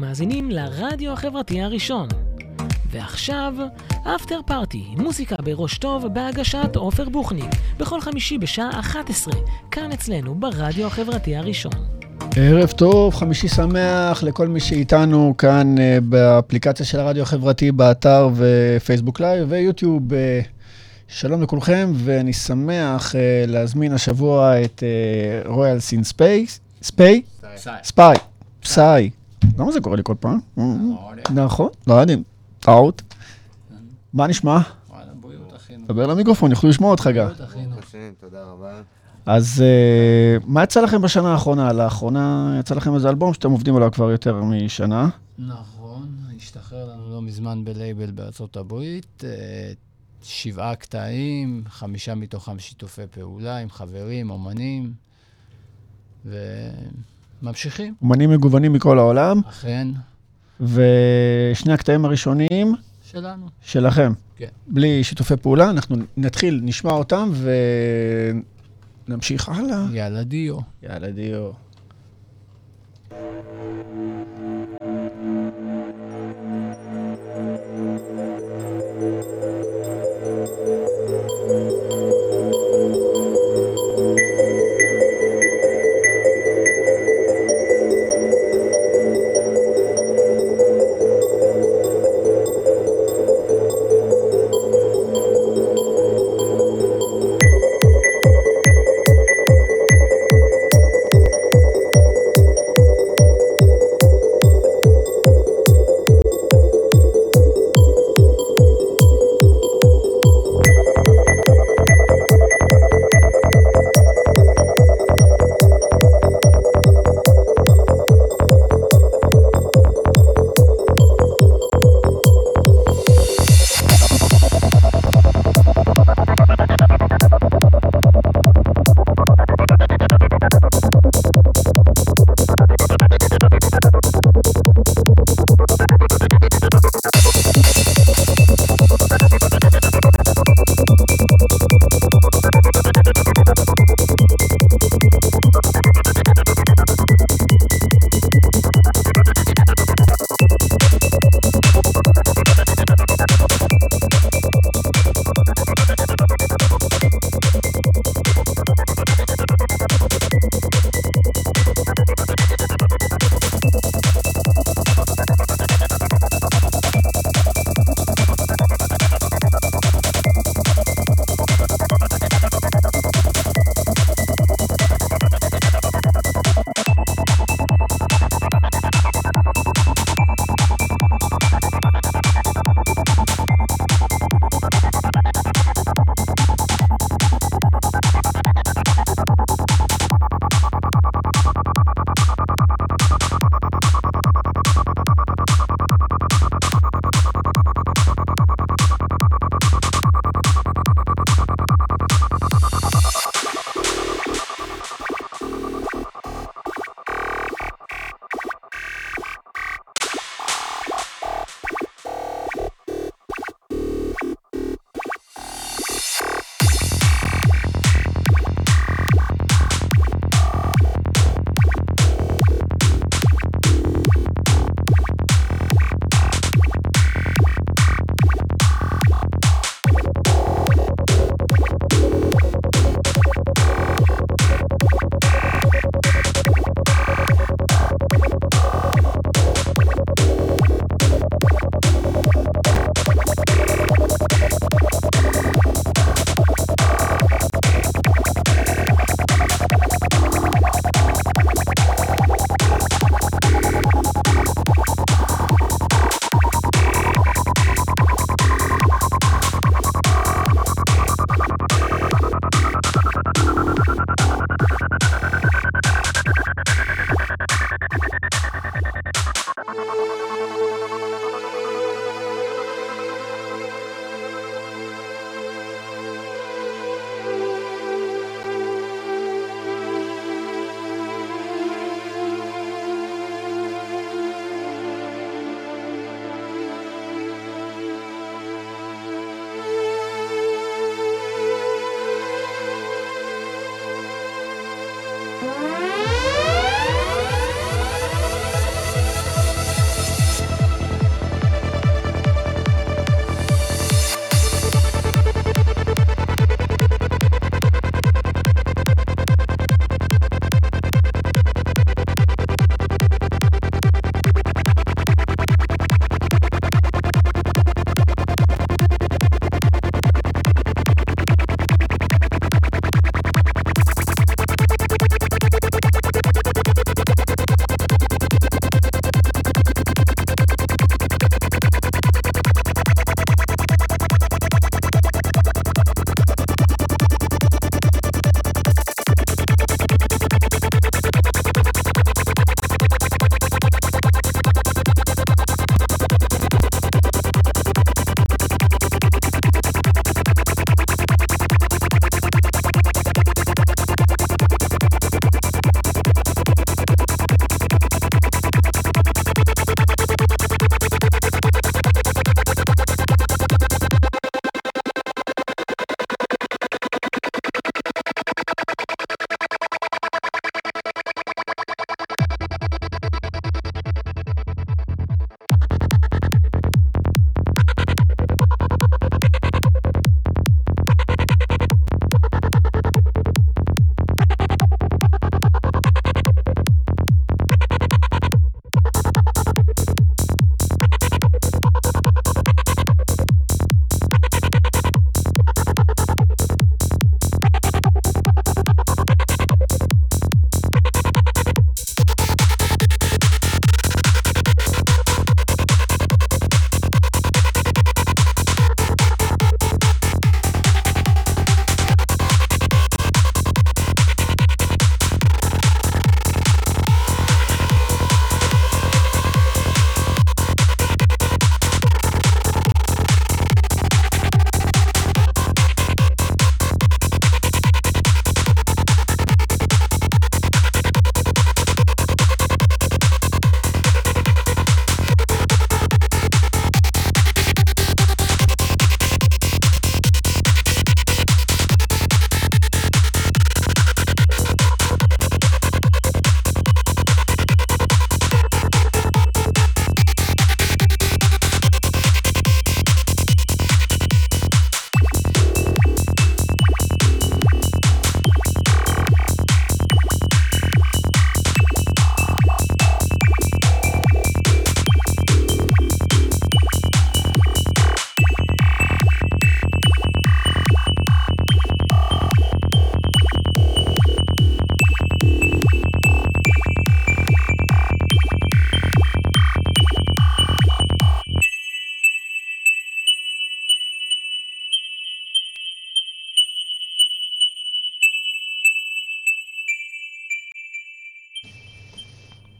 מאזינים לרדיו החברתי הראשון. ועכשיו, אפטר פארטי, מוזיקה בראש טוב בהגשת עופר בוכניק, בכל חמישי בשעה 11, כאן אצלנו ברדיו החברתי הראשון. ערב טוב, חמישי שמח לכל מי שאיתנו כאן באפליקציה של הרדיו החברתי, באתר ופייסבוק לייב ויוטיוב. שלום לכולכם, ואני שמח להזמין השבוע את רויאל סין ספיי. למה זה קורה לי כל פעם? נכון, לא יודעים. טעות. מה נשמע? דבר למיקרופון, יוכלו לשמוע אותך גם. תודה רבה. אז מה יצא לכם בשנה האחרונה? לאחרונה יצא לכם איזה אלבום שאתם עובדים עליו כבר יותר משנה? נכון, השתחרר לנו לא מזמן בלייבל בארצות הברית, 7 קטעים, 5 מתוכם שיתופי פעולה עם חברים, אומנים, וממשיכים. אומנים מגוונים מכל העולם. אכן. ושני הקטעים הראשונים? שלנו. שלכם. כן. בלי שיתופי פעולה, אנחנו נתחיל, נשמע אותם ונמשיך הלאה. יאללה דיו. יאללה דיו.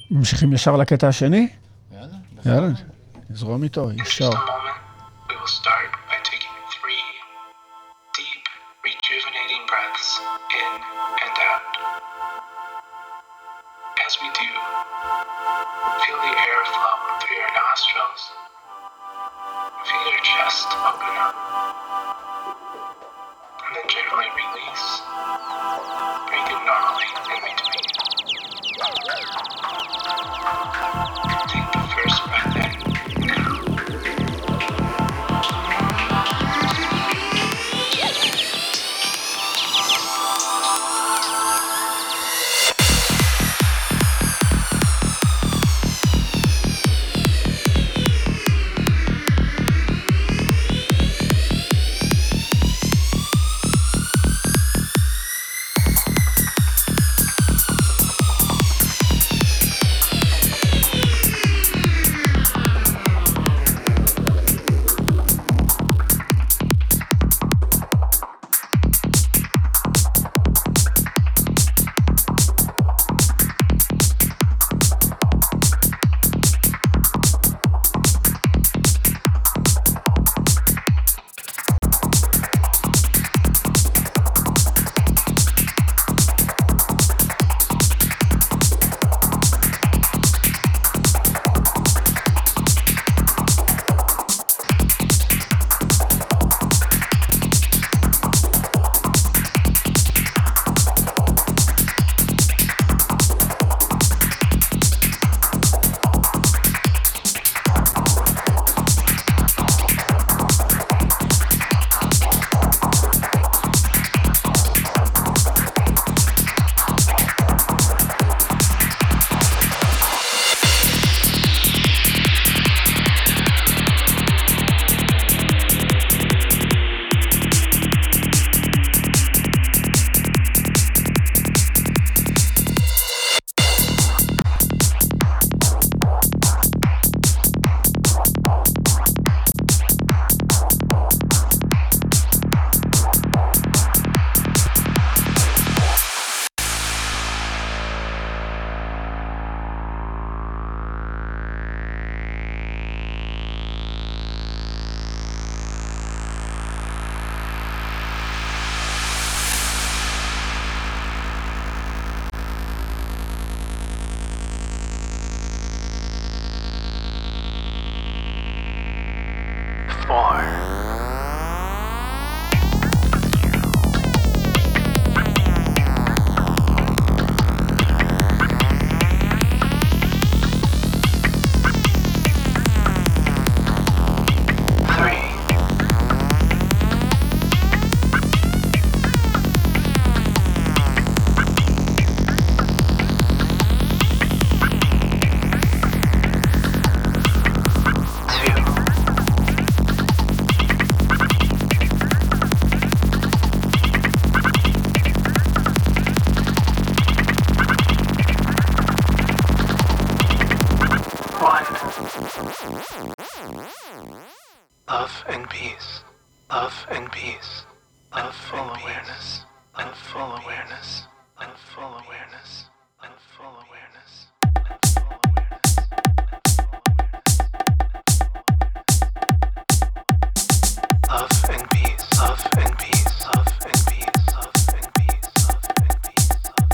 ממשיכים ישר לקטע השני? יאללה. יאללה, נזרום איתו, ישר. We will start by taking 3 deep, rejuvenating breaths in and out. As we do, feel the air flow through your nostrils. Feel your chest open up. And then gently release. Breathing normally in between. Take the first breath in. Love and peace, love and peace, and full awareness, and full awareness, and full awareness, and full awareness. Love and peace, love and peace, love and peace, love and peace, love and peace, love and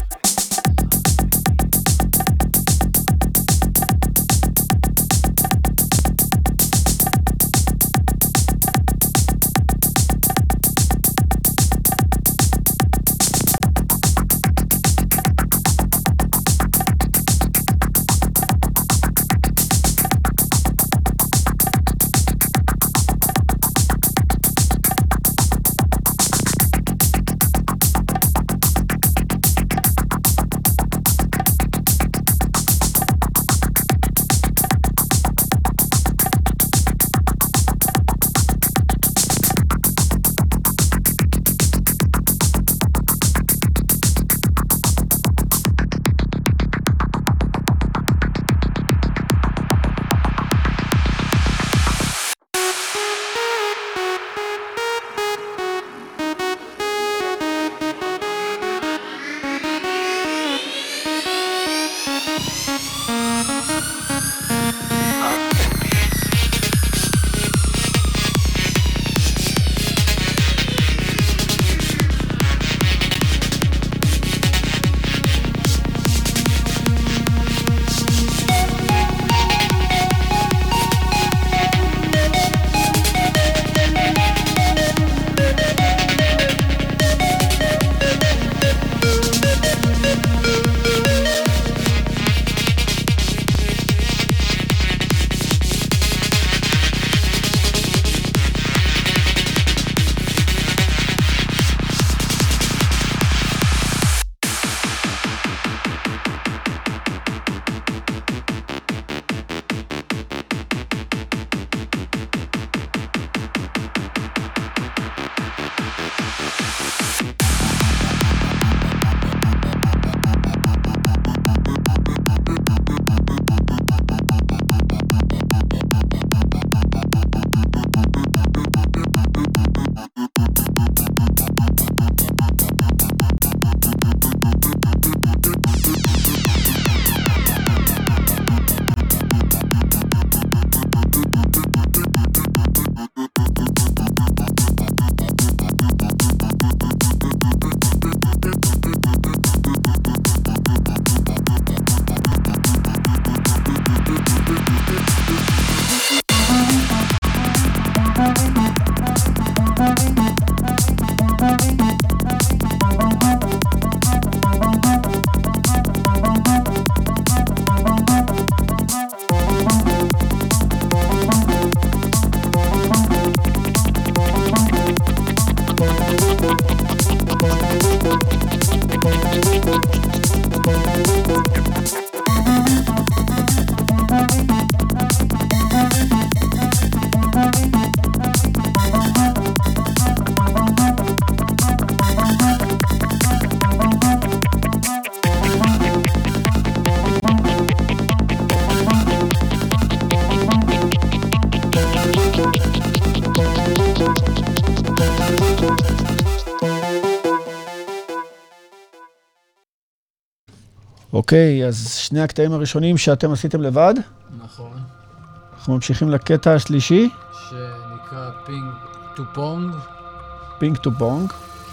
אוקיי, אז שני הקטעים הראשונים שאתם עשיתם לבד, נכון. אנחנו ממשיכים לקטע השלישי, שנקרא פינג טו פונג, פינג טו פונג.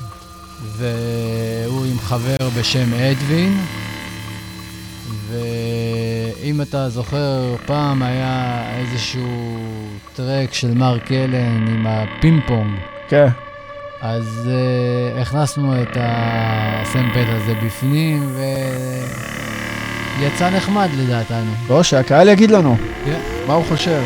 והוא עם חבר בשם אדווין. ואם אתה זוכר, פעם היה איזשהו טרק של מרק אלן עם הפינג פונג. כן. אז הכנסנו את הסמפל הזה בפנים, ויצא נחמד לדעתנו. לא, שהקהל יגיד לנו כן. מה הוא חושב.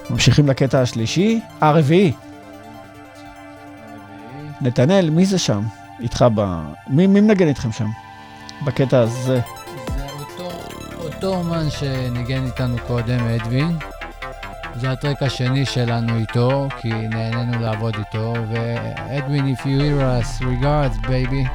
ממשיכים לקטע השלישי, הרביעי. נתנאל, מי זה שם? איתך מי מנגן איתכם שם? בקטע הזה. זה אותו אומן שניגן איתנו קודם, אדווין. זה הטרק השני שלנו איתו, כי נהנינו לעבוד איתו. ואדווין, if you hear us, regards, baby.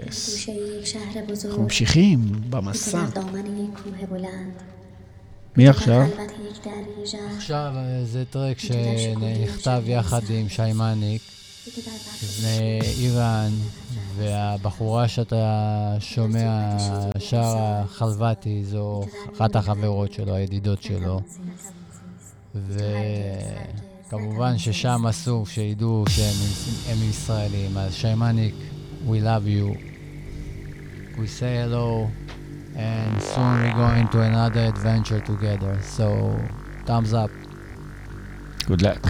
יס. אנחנו ממשיכים במסע. מי עכשיו? עכשיו זה טרק שנכתב יחד עם שי מניק, מאיראן, והבחורה שאתה שומע שרה חלבתי, זו אחת החברות שלו, הידידות שלו. וכמובן ששם אסור שידעו שהם ישראלים. אז שי מניק, we love you. We say hello. And soon we're going to another adventure together. So, thumbs up. Good luck.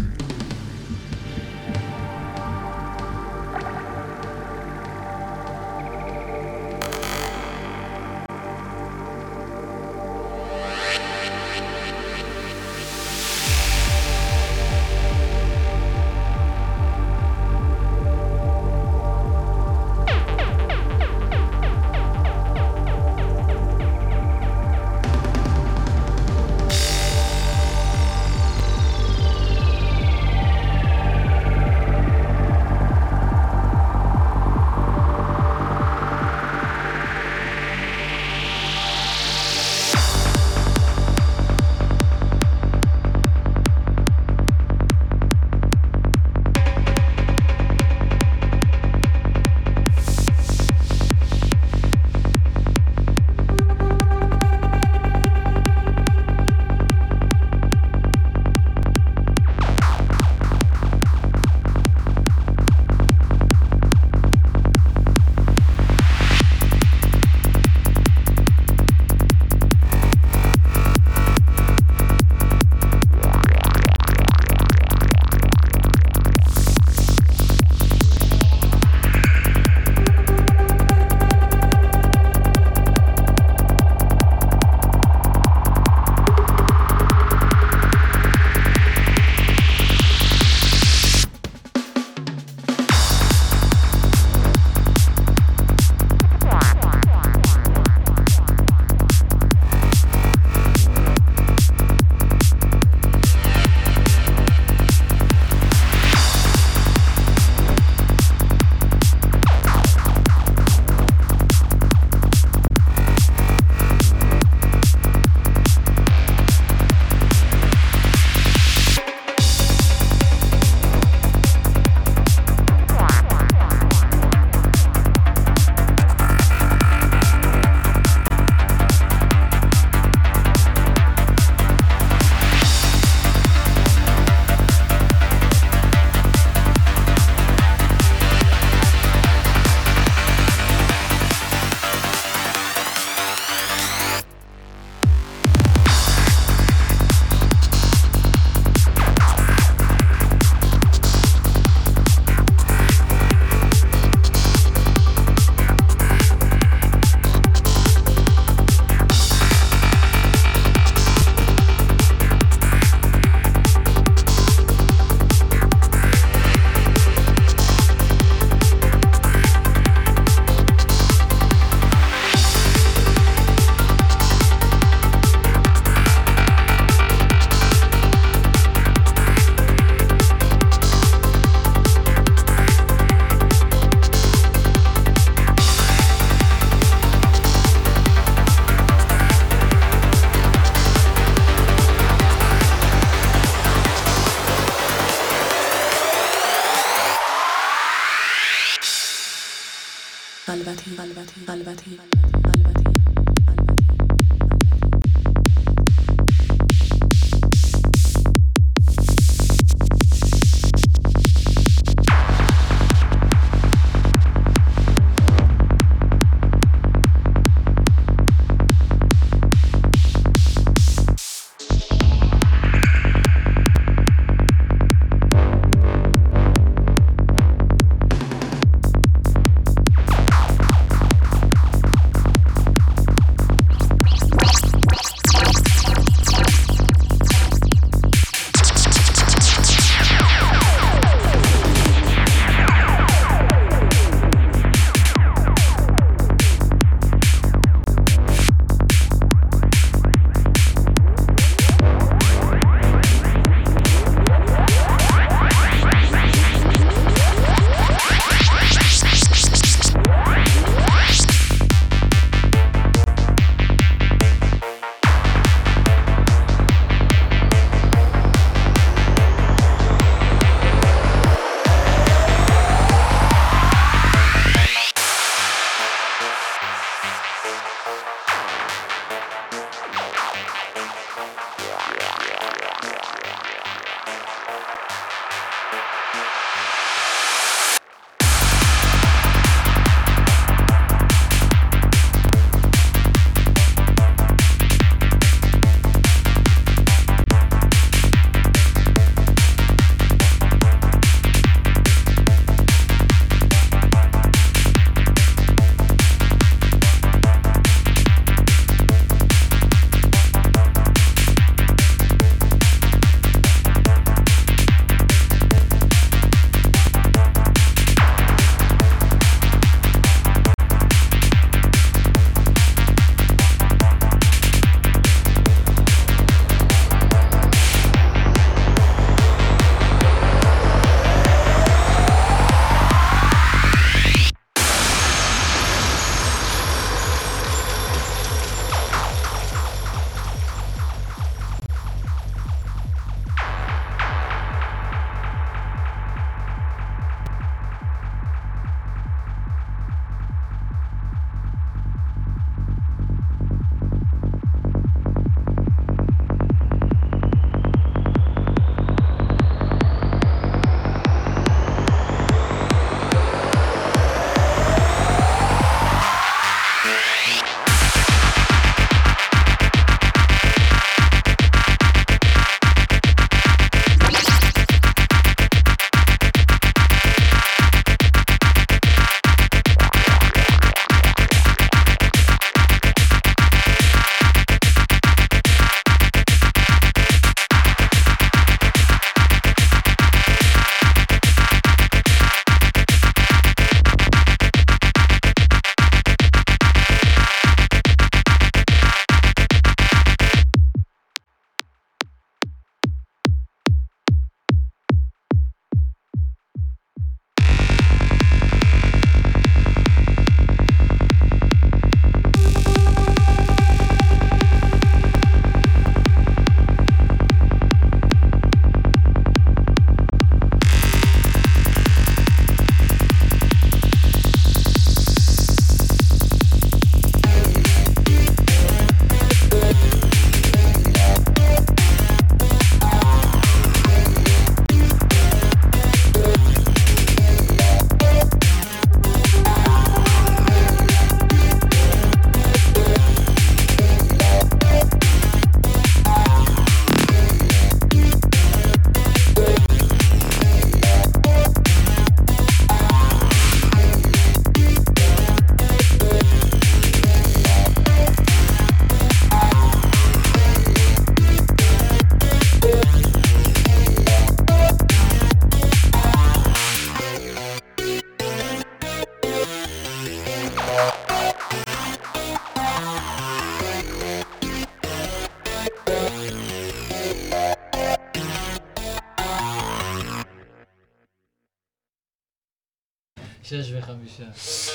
6:05.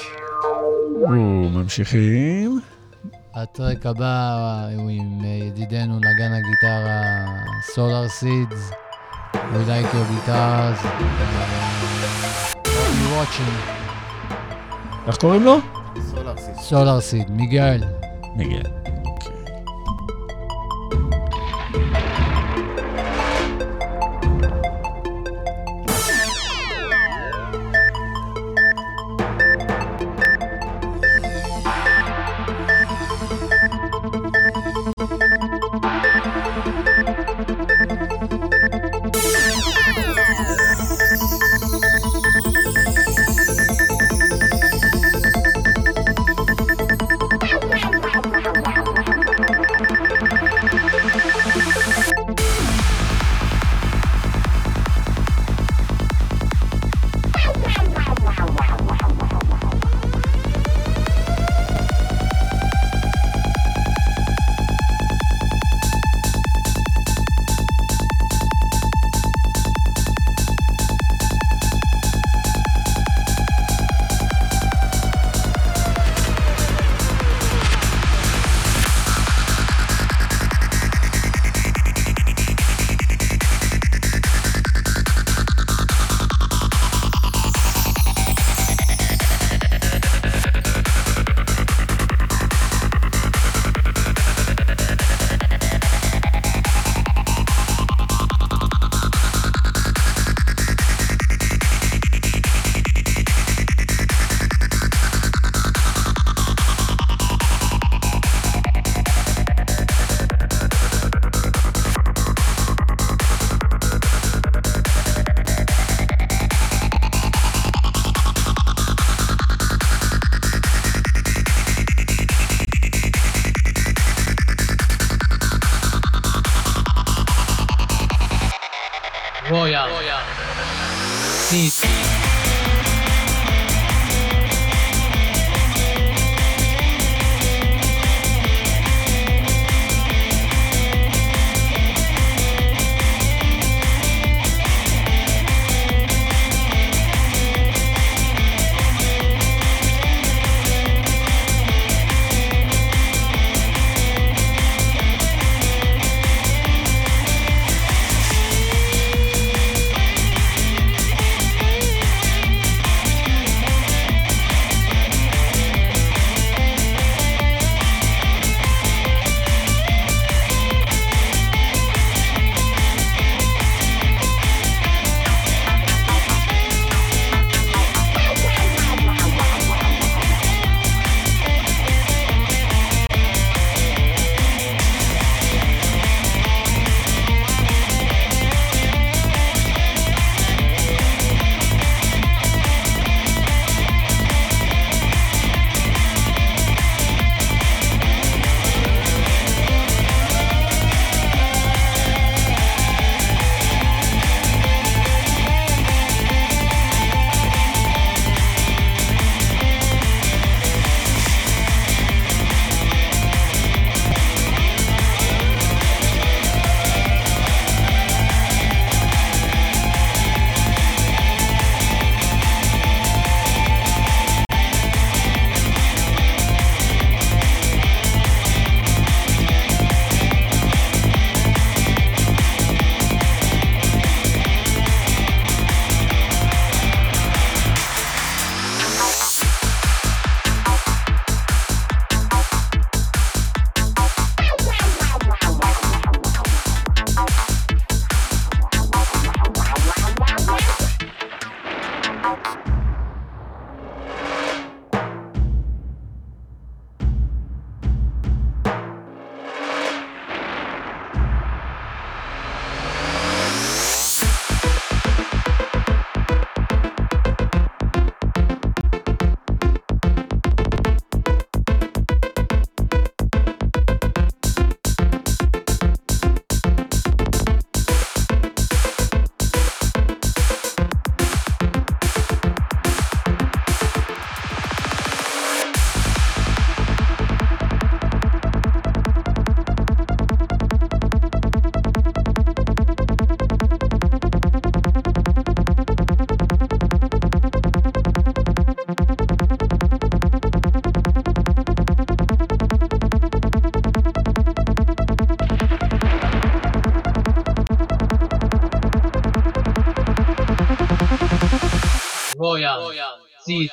ממשיכים. הטרק הבא הוא עם ידידנו נגן הגיטרה Solar Seeds. We like your guitars. You're watching. איך קוראים לו? Solar Seed, מיגל. מיגל. Royal. Sí.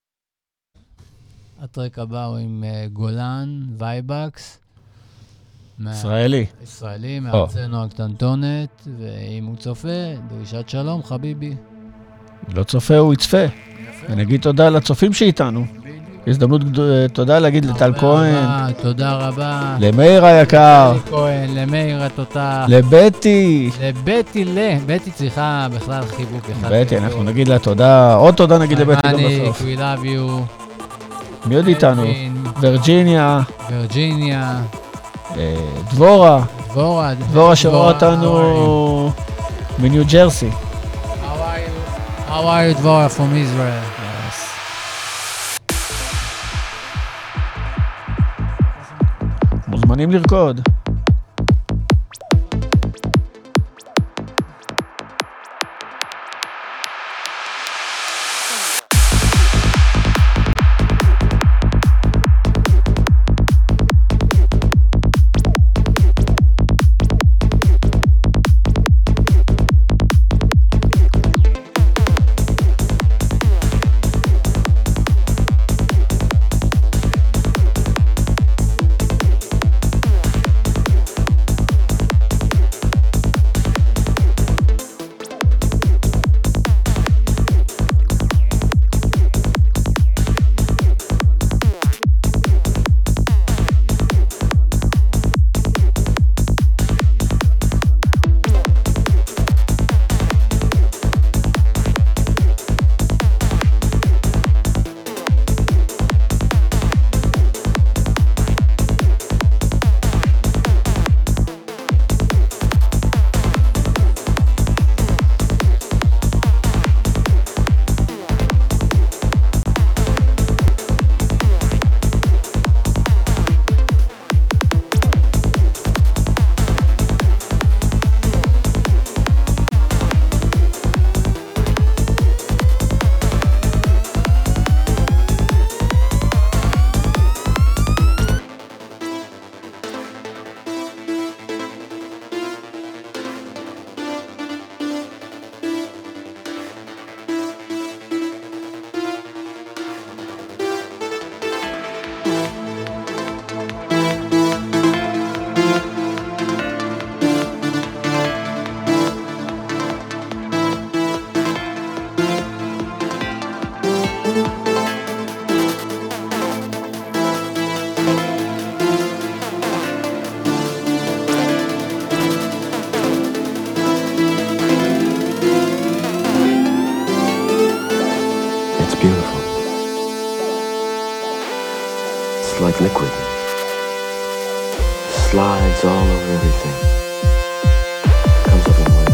הטרק הבא הוא עם גולן, וייבקס, ישראלי. ישראלי, מארצנו הקטנטונת, ואם הוא צופה, דרישת שלום, חביבי. לא צופה, הוא יצפה. ונגיד תודה לצופים שאיתנו. הזדמנות תודה להגיד לטל כהן. תודה רבה. למאיר היקר. טל כהן, למאיר התותח. לבטי. בטי צריכה בכלל חיבוק אחד. בטי, אנחנו נגיד לה תודה. עוד תודה נגיד לבטי גם בסוף. We love you. מי עוד איתנו? וירג'יניה. דבורה. דבורה שרואה אותנו מניו ג'רסי. How are you, דבורה, from Israel? מוזמנים לרקוד. Like liquid, slides all over everything, comes up in waves.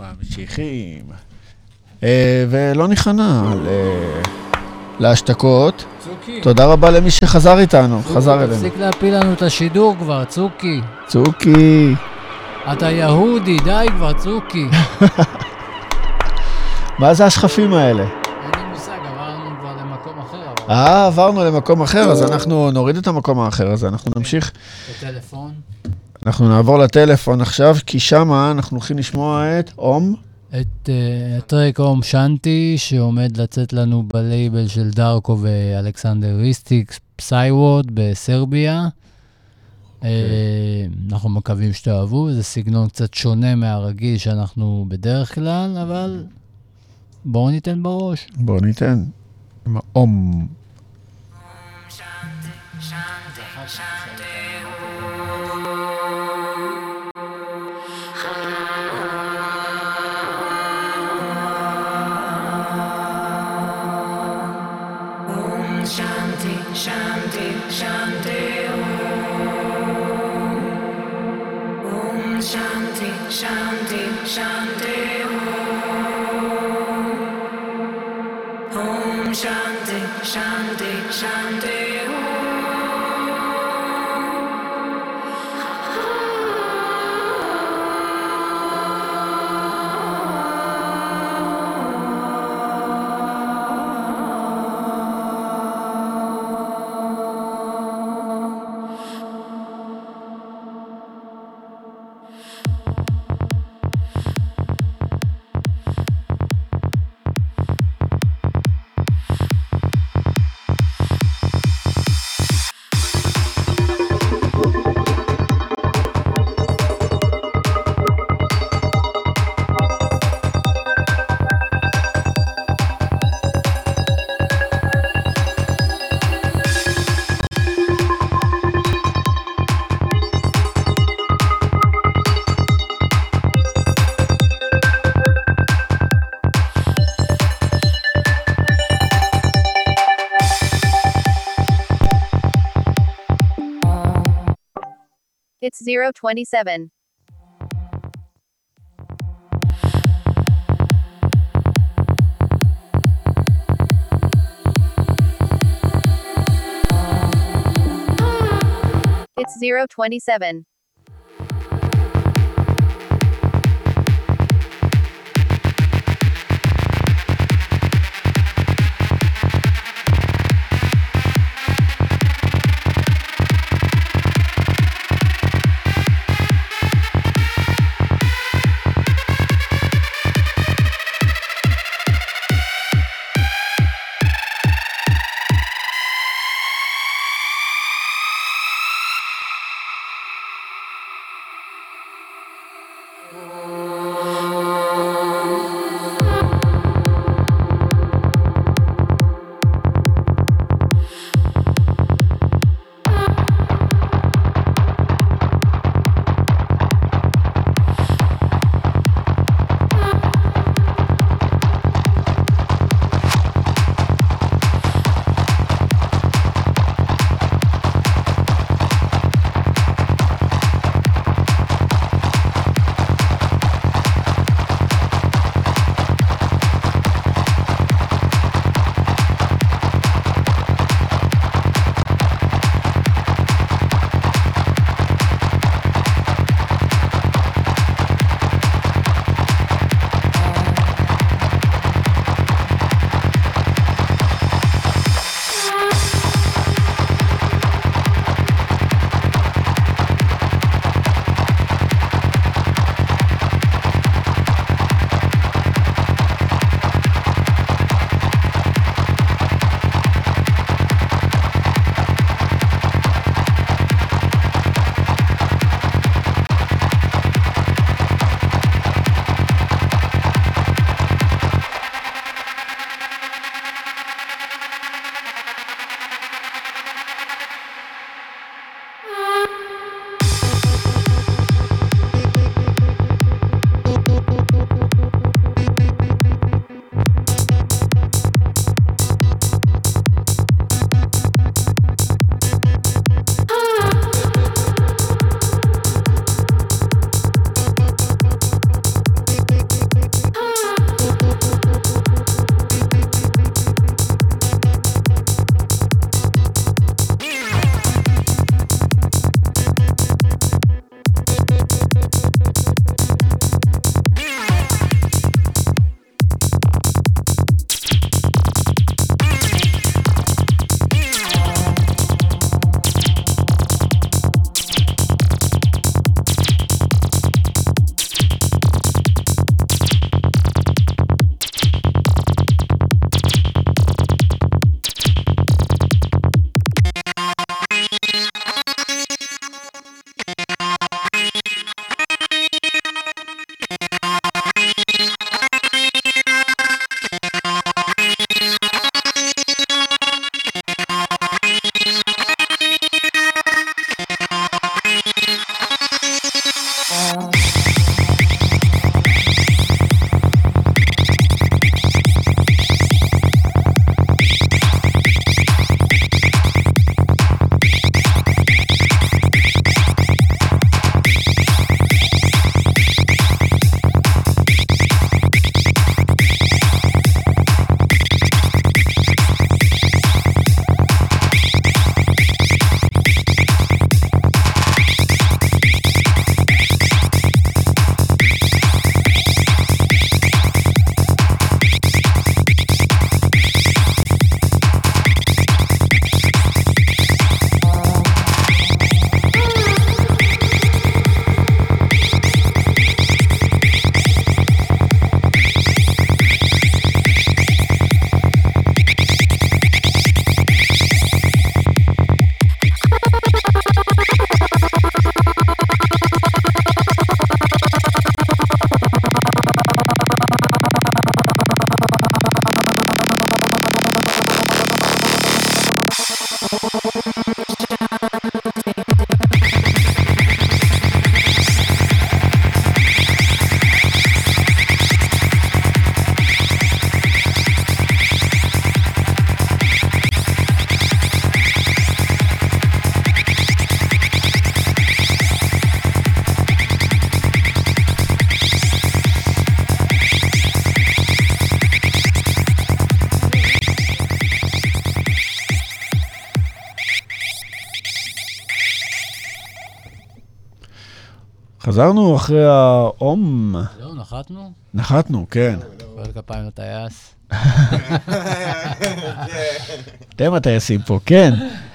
ממשיכים. ולא נכנע להשתקות. צוקי. תודה רבה למי שחזר איתנו, חזר אלינו. תפסיק להפיל לנו את השידור כבר, צוקי. צוקי. אתה יהודי, די כבר, צוקי. מה זה השכפים האלה? אין לי מושג, עברנו כבר למקום אחר. עברנו למקום אחר, אז אנחנו נוריד את המקום האחר הזה, אנחנו נמשיך. בטלפון. אנחנו נעבור לטלפון עכשיו, כי שמה אנחנו הולכים לשמוע את אום. את הטרק אום שנטי, שעומד לצאת לנו בלייבל של דארקו ואלכסנדר ריסטיק, פסייוורד בסרביה. אנחנו מקווים שתאהבו, זה סגנון קצת שונה מהרגיל שאנחנו בדרך כלל, אבל בואו ניתן בראש. בואו ניתן. עם האום. Shanti, Shanti, Shanti, Om Shanti, Shanti, Shanti, Om Shanti, Shanti, Shanti, It's 027. It's 027. חזרנו אחרי האום. לא, נחתנו? נחתנו, כן. כל כפיים לטייס. אתם הטייסים פה, כן.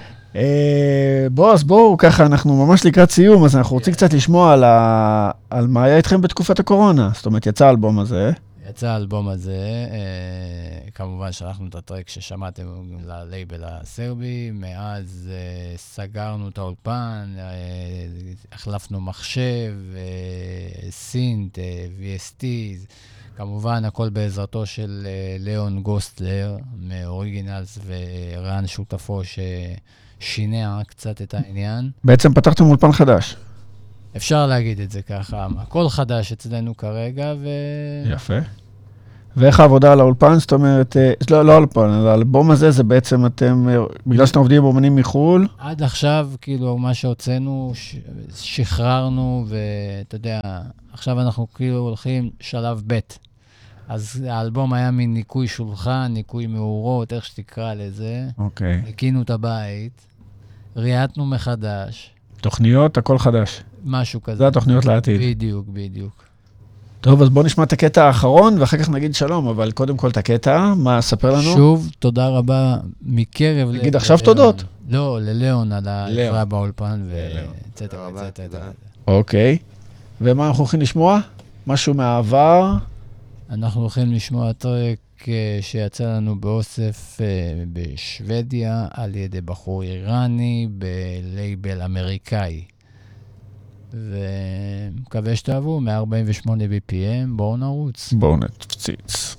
אז בואו ככה, אנחנו ממש לקראת סיום, אז אנחנו רוצים קצת לשמוע על מה היה איתכם בתקופת הקורונה. זאת אומרת, יצא האלבום הזה. יצא האלבום הזה, כמובן שלחנו את הטרק ששמעתם ללייבל הסרבי, מאז סגרנו את האולפן, החלפנו מחשב, סינט, VST, כמובן הכל בעזרתו של ליאון גוסטלר מאוריגינלס ורן שותפו ששינע קצת את העניין. בעצם פתחתם אולפן חדש. אפשר להגיד את זה ככה, הכל חדש אצלנו כרגע יפה. ואיך העבודה על האולפן? זאת אומרת, לא האולפן, אבל האלבום הזה זה בעצם אתם, בגלל שאתם עובדים עם אומנים מחול? עד עכשיו, כאילו, מה שהוצאנו, שחררנו, ואתה יודע, עכשיו אנחנו כאילו הולכים שלב ב'. אז האלבום היה מין ניקוי שולחן, ניקוי מאורות, איך שתקרא לזה. אוקיי. הקינו את הבית, ריאטנו מחדש. תוכניות, הכל חדש. משהו כזה. זה התוכניות לעתיד. בדיוק. טוב, אז בואו נשמע את הקטע האחרון, ואחר כך נגיד שלום, אבל קודם כל את הקטע, מה, ספר לנו? שוב, תודה רבה מקרב לב. נגיד עכשיו תודות. לא, לליאון על העזרה באולפן, וצטע. אוקיי. ומה אנחנו הולכים לשמוע? משהו מהעבר? אנחנו הולכים לשמוע טרק שיצא לנו באוסף בשוודיה, על ידי בחור איראני, בלייבל אמריקאי. ומקווה שתאהבו, 148 BPM, בואו נרוץ. בואו נפציץ.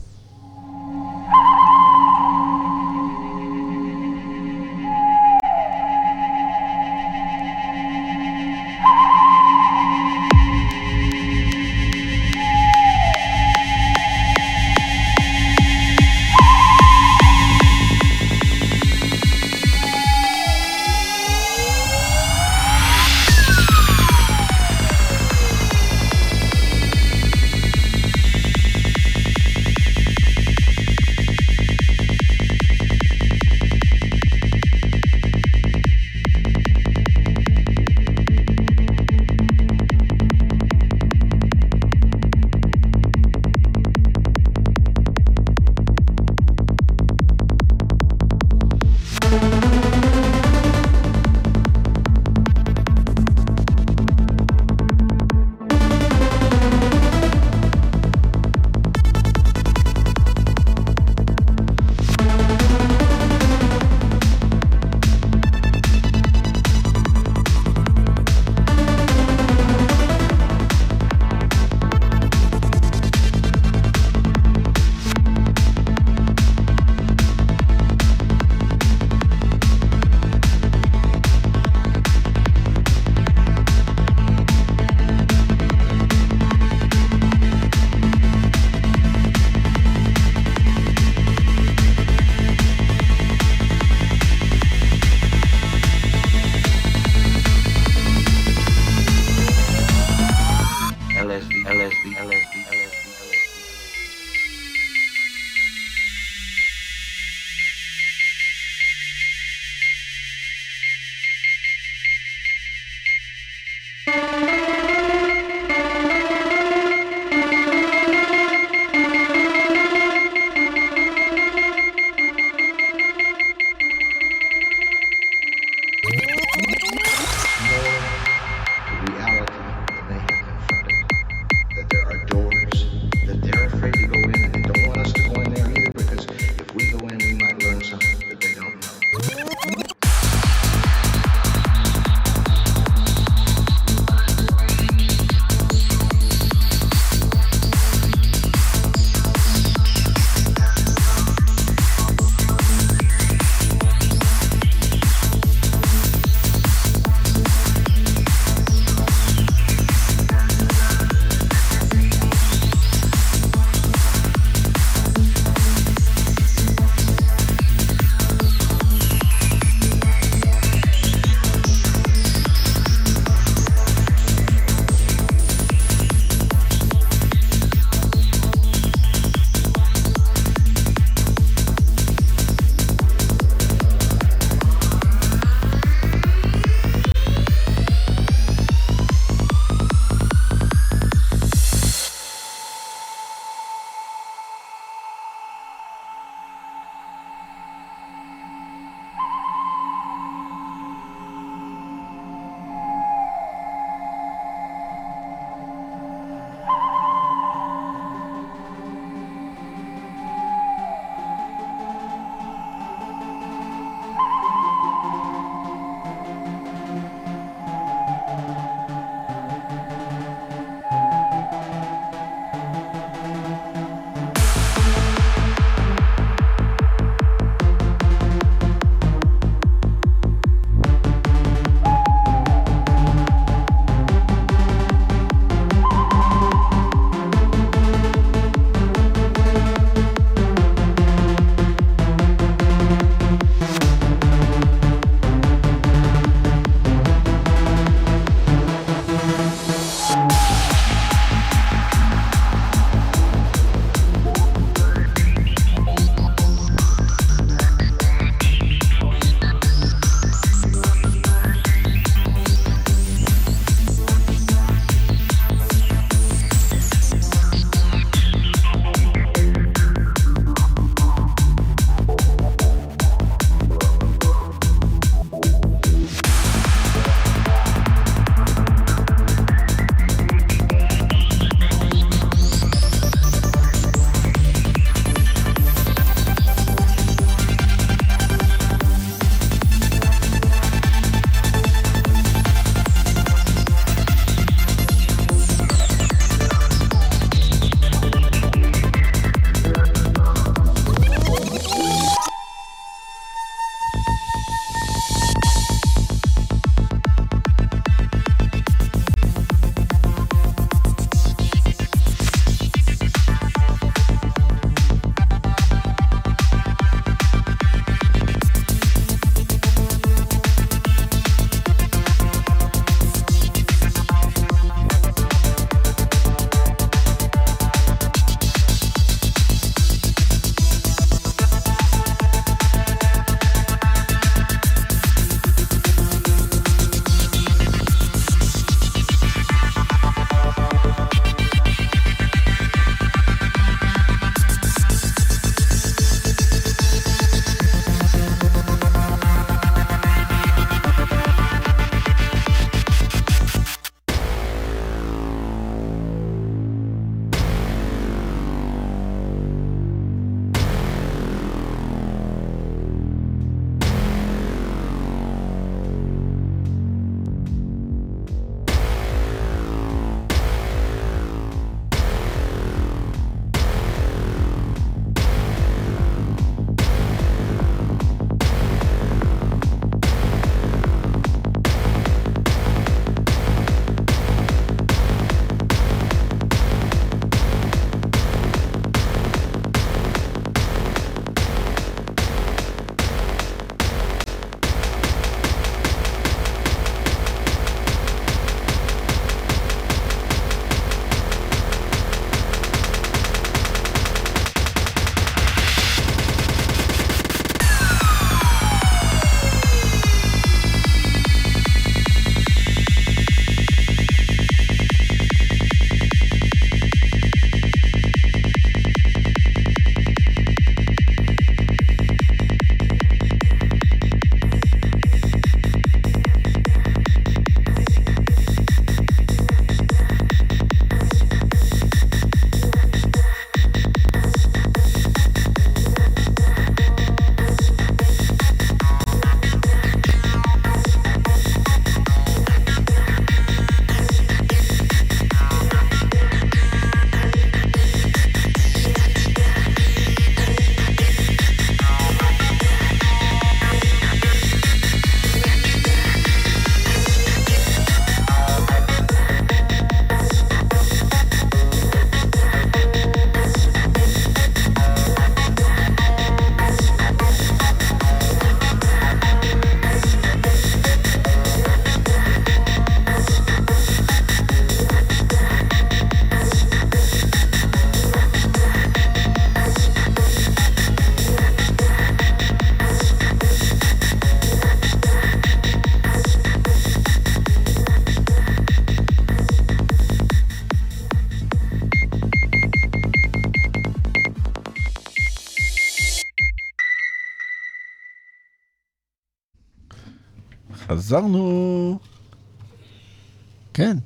עזרנו. כן.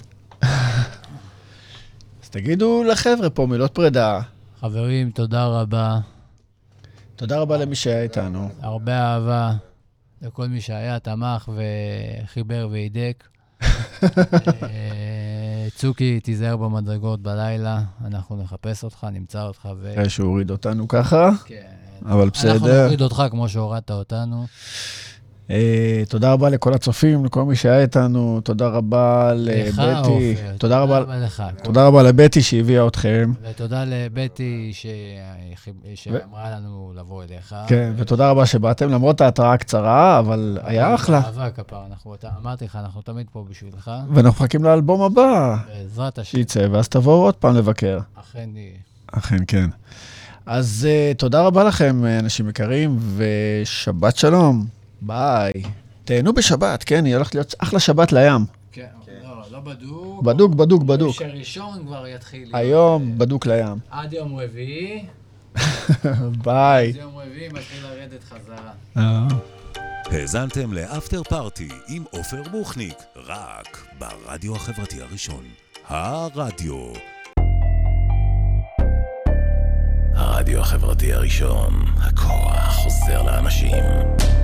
אז תגידו לחבר'ה פה מילות פרידה. חברים, תודה רבה. תודה רבה למי שהיה איתנו. הרבה אהבה לכל מי שהיה, תמך וחיבר והידק. צוקי, תיזהר במדרגות בלילה, אנחנו נחפש אותך, נמצא אותך. אחרי שהוא הוריד אותנו ככה, כן. אבל בסדר. אנחנו נוריד אותך כמו שהורדת אותנו. תודה רבה לכל הצופים, לכל מי שהיה איתנו, תודה רבה לבטי. תודה רבה לבטי שהביאה אתכם. ותודה לבטי שאמרה לנו לבוא אליך. כן, ותודה רבה שבאתם, למרות ההתראה הקצרה, אבל היה אחלה. אהבה כפר, אמרתי לך, אנחנו תמיד פה בשבילך. ואנחנו מחכים לאלבום הבא. בעזרת השם. שיצא, ואז תבואו עוד פעם לבקר. אכן יהיה. אכן, כן. אז תודה רבה לכם, אנשים יקרים, ושבת שלום. ביי. תהנו בשבת, כן? היא הולכת להיות אחלה שבת לים. כן, לא בדוק. בדוק. שראשון כבר יתחיל. היום בדוק לים. עד יום רביעי. ביי. עד יום רביעי מתחיל לרדת חזרה. האזנתם לאפטר פארטי עם עופר בוכניק, רק ברדיו החברתי הראשון. הרדיו החברתי הראשון, הכוח חוזר לאנשים.